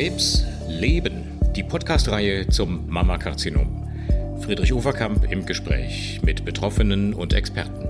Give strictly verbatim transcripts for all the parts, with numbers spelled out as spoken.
Krebs leben, die Podcast-Reihe zum Mammakarzinom. Friedrich Uferkamp im Gespräch mit Betroffenen und Experten.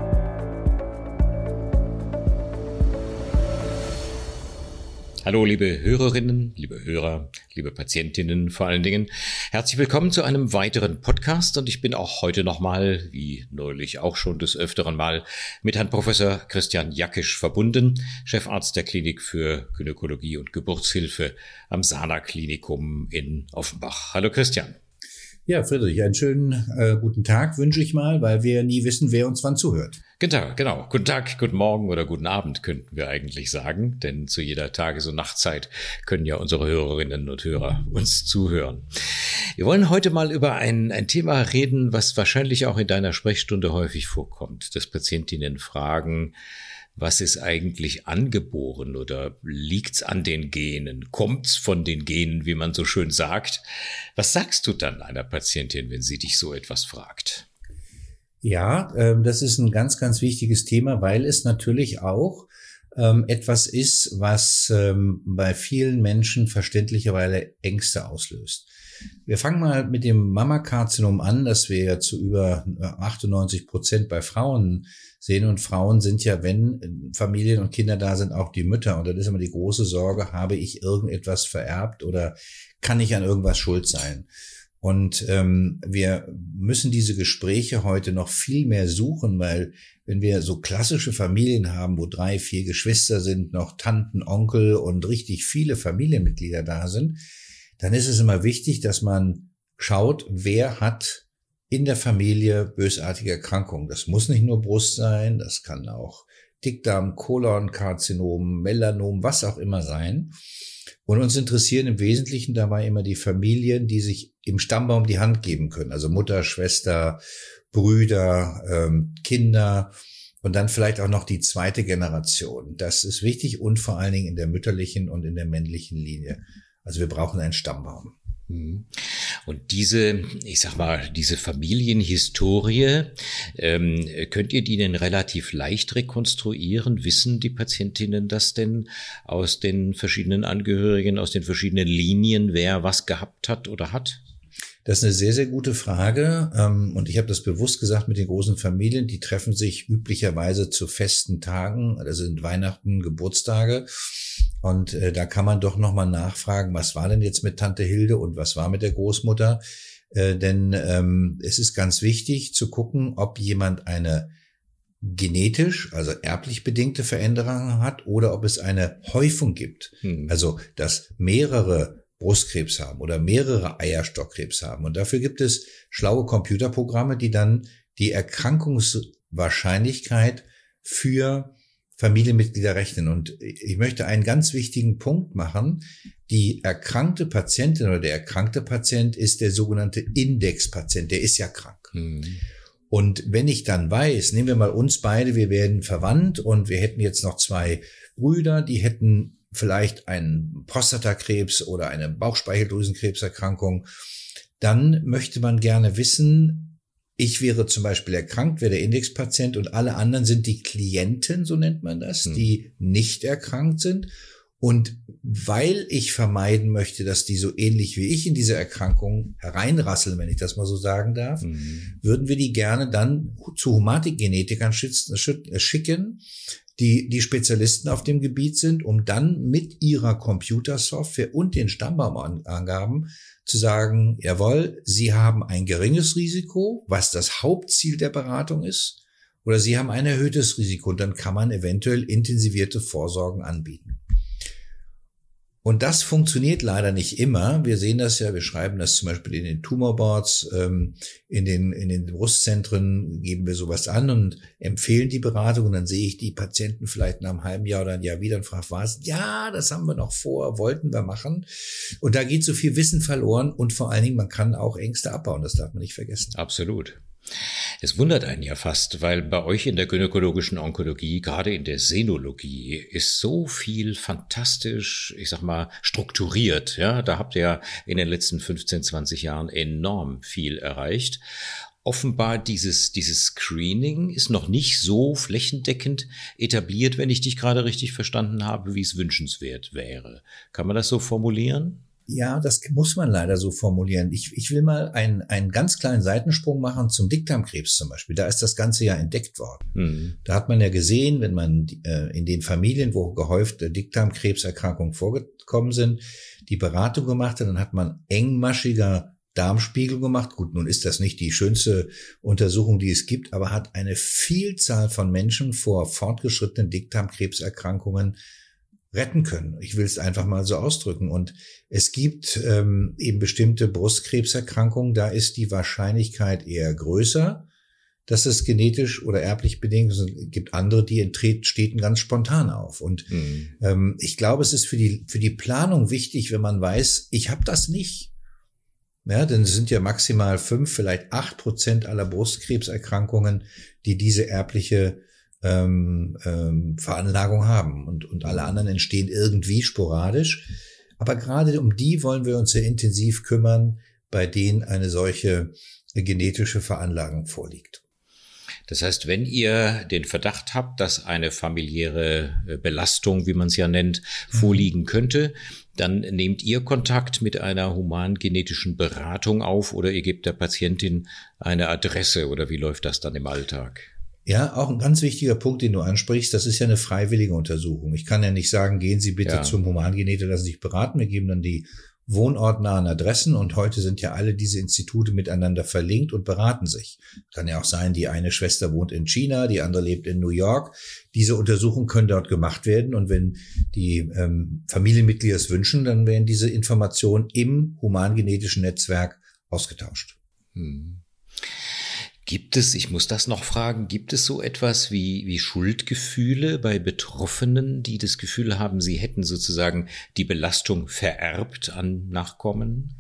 Hallo liebe Hörerinnen, liebe Hörer, liebe Patientinnen vor allen Dingen. Herzlich willkommen zu einem weiteren Podcast und ich bin auch heute nochmal, wie neulich auch schon des Öfteren Mal, mit Herrn Professor Christian Jakisch verbunden, Chefarzt der Klinik für Gynäkologie und Geburtshilfe am Sana-Klinikum in Offenbach. Hallo Christian. Ja, Friedrich, einen schönen äh, guten Tag wünsche ich mal, weil wir nie wissen, wer uns wann zuhört. Genau, genau. Guten Tag, guten Morgen oder guten Abend könnten wir eigentlich sagen, denn zu jeder Tages- und Nachtzeit können ja unsere Hörerinnen und Hörer uns zuhören. Wir wollen heute mal über ein, ein Thema reden, was wahrscheinlich auch in deiner Sprechstunde häufig vorkommt, dass Patientinnen fragen, was ist eigentlich angeboren oder liegt's an den Genen? Kommt's von den Genen, wie man so schön sagt? Was sagst du dann einer Patientin, wenn sie dich so etwas fragt? Ja, ähm, das ist ein ganz, ganz wichtiges Thema, weil es natürlich auch ähm, etwas ist, was ähm, bei vielen Menschen verständlicherweise Ängste auslöst. Wir fangen mal mit dem Mammakarzinom an, das wir ja zu über achtundneunzig Prozent bei Frauen sehen. Und Frauen sind ja, wenn Familien und Kinder da sind, auch die Mütter. Und dann ist immer die große Sorge, habe ich irgendetwas vererbt oder kann ich an irgendwas schuld sein? Und ähm, wir müssen diese Gespräche heute noch viel mehr suchen, weil wenn wir so klassische Familien haben, wo drei, vier Geschwister sind, noch Tanten, Onkel und richtig viele Familienmitglieder da sind, dann ist es immer wichtig, dass man schaut, wer hat in der Familie bösartige Erkrankungen. Das muss nicht nur Brust sein, das kann auch Dickdarm, Kolonkarzinom, Melanom, was auch immer sein. Und uns interessieren im Wesentlichen dabei immer die Familien, die sich im Stammbaum die Hand geben können. Also Mutter, Schwester, Brüder, ähm, Kinder und dann vielleicht auch noch die zweite Generation. Das ist wichtig und vor allen Dingen in der mütterlichen und in der männlichen Linie. Also wir brauchen einen Stammbaum. Und diese, ich sag mal, diese Familienhistorie, ähm, könnt ihr die denn relativ leicht rekonstruieren? Wissen die Patientinnen das denn aus den verschiedenen Angehörigen, aus den verschiedenen Linien, wer was gehabt hat oder hat? Das ist eine sehr, sehr gute Frage. Und ich habe das bewusst gesagt mit den großen Familien. Die treffen sich üblicherweise zu festen Tagen, also sind Weihnachten, Geburtstage. Und äh, da kann man doch nochmal nachfragen, was war denn jetzt mit Tante Hilde und was war mit der Großmutter? Äh, denn ähm, es ist ganz wichtig zu gucken, ob jemand eine genetisch, also erblich bedingte Veränderung hat oder ob es eine Häufung gibt. Hm. Also, dass mehrere Brustkrebs haben oder mehrere Eierstockkrebs haben. Und dafür gibt es schlaue Computerprogramme, die dann die Erkrankungswahrscheinlichkeit für Familienmitglieder rechnen. Und ich möchte einen ganz wichtigen Punkt machen. Die erkrankte Patientin oder der erkrankte Patient ist der sogenannte Indexpatient. Der ist ja krank. Hm. Und wenn ich dann weiß, nehmen wir mal uns beide, wir werden verwandt und wir hätten jetzt noch zwei Brüder, die hätten vielleicht einen Prostatakrebs oder eine Bauchspeicheldrüsenkrebserkrankung, dann möchte man gerne wissen, ich wäre zum Beispiel erkrankt, wäre der Indexpatient und alle anderen sind die Klienten, so nennt man das, hm. die nicht erkrankt sind. Und weil ich vermeiden möchte, dass die so ähnlich wie ich in diese Erkrankung hereinrasseln, wenn ich das mal so sagen darf, hm. würden wir die gerne dann zu Humatikgenetikern schicken, die die Spezialisten auf dem Gebiet sind, um dann mit ihrer Computersoftware und den Stammbaumangaben zu sagen, jawohl, Sie haben ein geringes Risiko, was das Hauptziel der Beratung ist, oder Sie haben ein erhöhtes Risiko und dann kann man eventuell intensivierte Vorsorgen anbieten. Und das funktioniert leider nicht immer. Wir sehen das ja, wir schreiben das zum Beispiel in den Tumorboards, ähm, in den in den Brustzentren geben wir sowas an und empfehlen die Beratung. Und dann sehe ich die Patienten vielleicht nach einem halben Jahr oder ein Jahr wieder und frage, was? Ja, das haben wir noch vor, wollten wir machen. Und da geht so viel Wissen verloren und vor allen Dingen, man kann auch Ängste abbauen, das darf man nicht vergessen. Absolut. Es wundert einen ja fast, weil bei euch in der gynäkologischen Onkologie, gerade in der Senologie, ist so viel fantastisch, ich sag mal, strukturiert. Ja, da habt ihr ja in den letzten fünfzehn, zwanzig Jahren enorm viel erreicht. offenbar dieses, dieses Screening ist noch nicht so flächendeckend etabliert, wenn ich dich gerade richtig verstanden habe, wie es wünschenswert wäre. Kann man das so formulieren? Ja, das muss man leider so formulieren. Ich, ich will mal einen, einen ganz kleinen Seitensprung machen zum Dickdarmkrebs zum Beispiel. Da ist das Ganze ja entdeckt worden. Mhm. Da hat man ja gesehen, wenn man äh, in den Familien, wo gehäuft äh, Dickdarmkrebserkrankungen vorgekommen sind, die Beratung gemacht hat, dann hat man engmaschiger Darmspiegel gemacht. Gut, nun ist das nicht die schönste Untersuchung, die es gibt, aber hat eine Vielzahl von Menschen vor fortgeschrittenen Dickdarmkrebserkrankungen retten können. Ich will es einfach mal so ausdrücken. Und es gibt ähm, eben bestimmte Brustkrebserkrankungen, da ist die Wahrscheinlichkeit eher größer, dass es genetisch oder erblich bedingt ist. Es gibt andere, die treten ganz spontan auf. Und mhm. ähm, ich glaube, es ist für die für die Planung wichtig, wenn man weiß, ich habe das nicht. Ja, denn es sind ja maximal fünf, vielleicht acht Prozent aller Brustkrebserkrankungen, die diese erbliche ähm, ähm, Veranlagung haben. Und, und alle anderen entstehen irgendwie sporadisch. Aber gerade um die wollen wir uns sehr intensiv kümmern, bei denen eine solche genetische Veranlagung vorliegt. Das heißt, wenn ihr den Verdacht habt, dass eine familiäre Belastung, wie man es ja nennt, vorliegen könnte, dann nehmt ihr Kontakt mit einer humangenetischen Beratung auf oder ihr gebt der Patientin eine Adresse oder wie läuft das dann im Alltag? Ja, auch ein ganz wichtiger Punkt, den du ansprichst, das ist ja eine freiwillige Untersuchung. Ich kann ja nicht sagen, gehen Sie bitte ja. zum Humangeneter, lassen Sie sich beraten. Wir geben dann die wohnortnahen Adressen und heute sind ja alle diese Institute miteinander verlinkt und beraten sich. Kann ja auch sein, die eine Schwester wohnt in China, die andere lebt in New York. Diese Untersuchungen können dort gemacht werden und wenn die ähm, Familienmitglieder es wünschen, dann werden diese Informationen im humangenetischen Netzwerk ausgetauscht. Hm. Gibt es, ich muss das noch fragen, gibt es so etwas wie, wie Schuldgefühle bei Betroffenen, die das Gefühl haben, sie hätten sozusagen die Belastung vererbt an Nachkommen?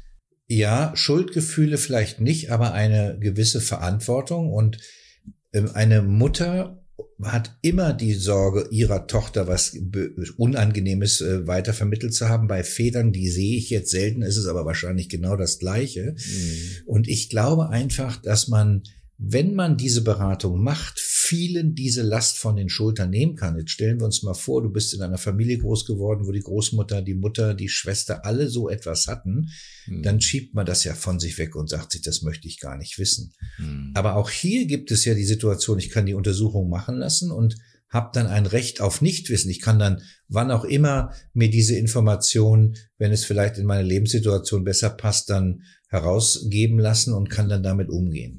Ja, Schuldgefühle vielleicht nicht, aber eine gewisse Verantwortung. Und ähm, eine Mutter hat immer die Sorge, ihrer Tochter was Unangenehmes äh, weitervermittelt zu haben. Bei Vätern, die sehe ich jetzt selten, ist es aber wahrscheinlich genau das Gleiche. Mhm. Und ich glaube einfach, dass man, wenn man diese Beratung macht, vielen diese Last von den Schultern nehmen kann. Jetzt stellen wir uns mal vor, du bist in einer Familie groß geworden, wo die Großmutter, die Mutter, die Schwester alle so etwas hatten. Mhm. Dann schiebt man das ja von sich weg und sagt sich, das möchte ich gar nicht wissen. Mhm. Aber auch hier gibt es ja die Situation, ich kann die Untersuchung machen lassen und habe dann ein Recht auf Nichtwissen. Ich kann dann, wann auch immer mir diese Information, wenn es vielleicht in meine Lebenssituation besser passt, dann herausgeben lassen und kann dann damit umgehen.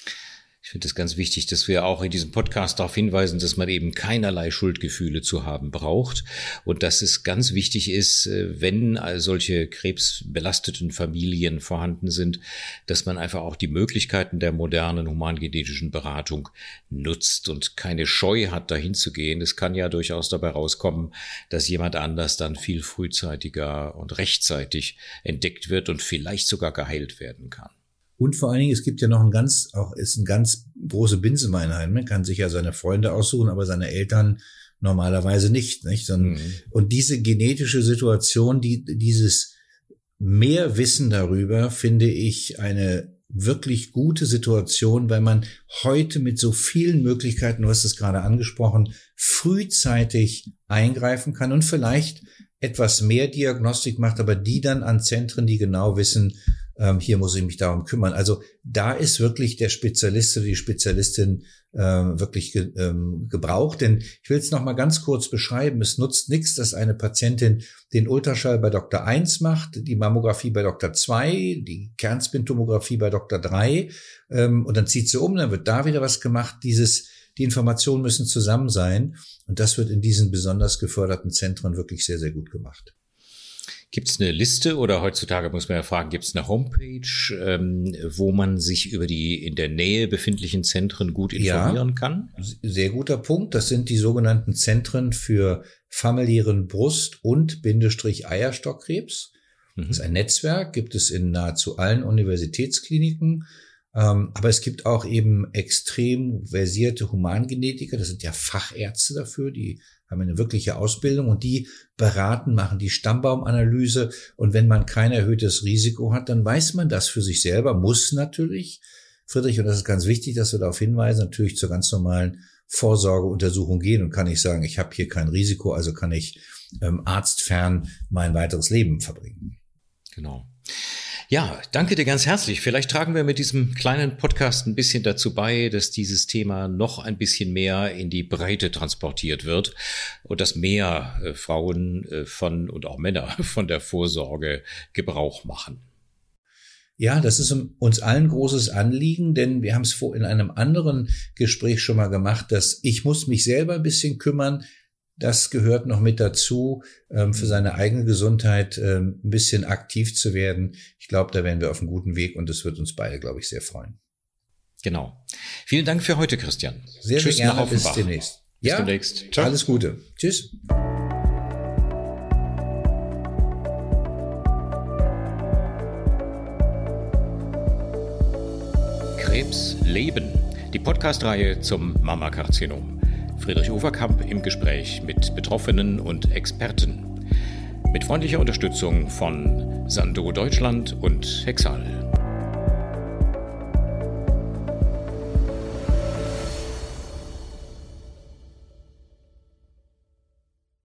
Ich finde es ganz wichtig, dass wir auch in diesem Podcast darauf hinweisen, dass man eben keinerlei Schuldgefühle zu haben braucht und dass es ganz wichtig ist, wenn solche krebsbelasteten Familien vorhanden sind, dass man einfach auch die Möglichkeiten der modernen humangenetischen Beratung nutzt und keine Scheu hat, dahin zu gehen. Es kann ja durchaus dabei rauskommen, dass jemand anders dann viel frühzeitiger und rechtzeitig entdeckt wird und vielleicht sogar geheilt werden kann. Und vor allen Dingen, es gibt ja noch ein ganz, auch ist ein ganz große Binsenmeinheit. Man kann sich ja seine Freunde aussuchen, aber seine Eltern normalerweise nicht, nicht? Sondern, mhm. Und diese genetische Situation, die, dieses Mehrwissen darüber, finde ich eine wirklich gute Situation, weil man heute mit so vielen Möglichkeiten, du hast es gerade angesprochen, frühzeitig eingreifen kann und vielleicht etwas mehr Diagnostik macht, aber die dann an Zentren, die genau wissen, ähm, hier muss ich mich darum kümmern. Also da ist wirklich der Spezialist oder die Spezialistin äh, wirklich ge, ähm, gebraucht. Denn ich will es noch mal ganz kurz beschreiben. Es nutzt nichts, dass eine Patientin den Ultraschall bei Doktor eins macht, die Mammographie bei Doktor zwei, die Kernspintomographie bei Doktor drei ähm, und dann zieht sie um, dann wird da wieder was gemacht. Dieses Die Informationen müssen zusammen sein und das wird in diesen besonders geförderten Zentren wirklich sehr, sehr gut gemacht. Gibt es eine Liste oder heutzutage muss man ja fragen, gibt es eine Homepage, ähm, wo man sich über die in der Nähe befindlichen Zentren gut informieren ja, kann? Sehr guter Punkt. Das sind die sogenannten Zentren für familiären Brust- und Bindestrich Eierstockkrebs. Mhm. Das ist ein Netzwerk, gibt es in nahezu allen Universitätskliniken. Ähm, aber es gibt auch eben extrem versierte Humangenetiker, das sind ja Fachärzte dafür, die haben eine wirkliche Ausbildung und die beraten, machen die Stammbaumanalyse und wenn man kein erhöhtes Risiko hat, dann weiß man das für sich selber, muss natürlich Friedrich, und das ist ganz wichtig, dass wir darauf hinweisen, natürlich zur ganz normalen Vorsorgeuntersuchung gehen und kann ich sagen, ich habe hier kein Risiko, also kann ich ähm, arztfern mein weiteres Leben verbringen. Genau. Ja, danke dir ganz herzlich. Vielleicht tragen wir mit diesem kleinen Podcast ein bisschen dazu bei, dass dieses Thema noch ein bisschen mehr in die Breite transportiert wird und dass mehr äh, Frauen äh, von und auch Männer von der Vorsorge Gebrauch machen. Ja, das ist uns allen großes Anliegen, denn wir haben es vor in einem anderen Gespräch schon mal gemacht, dass ich muss mich selber ein bisschen kümmern. Das gehört noch mit dazu, für seine eigene Gesundheit ein bisschen aktiv zu werden. Ich glaube, da wären wir auf einem guten Weg und das wird uns beide, glaube ich, sehr freuen. Genau. Vielen Dank für heute, Christian. Sehr, Tschüss, sehr gerne. nach Offenbach. Bis demnächst. Bis ja, demnächst. Ciao. Alles Gute. Tschüss. Krebs leben. Die Podcast-Reihe zum Mammakarzinom. Friedrich Overkamp im Gespräch mit Betroffenen und Experten. Mit freundlicher Unterstützung von Sando Deutschland und Hexal.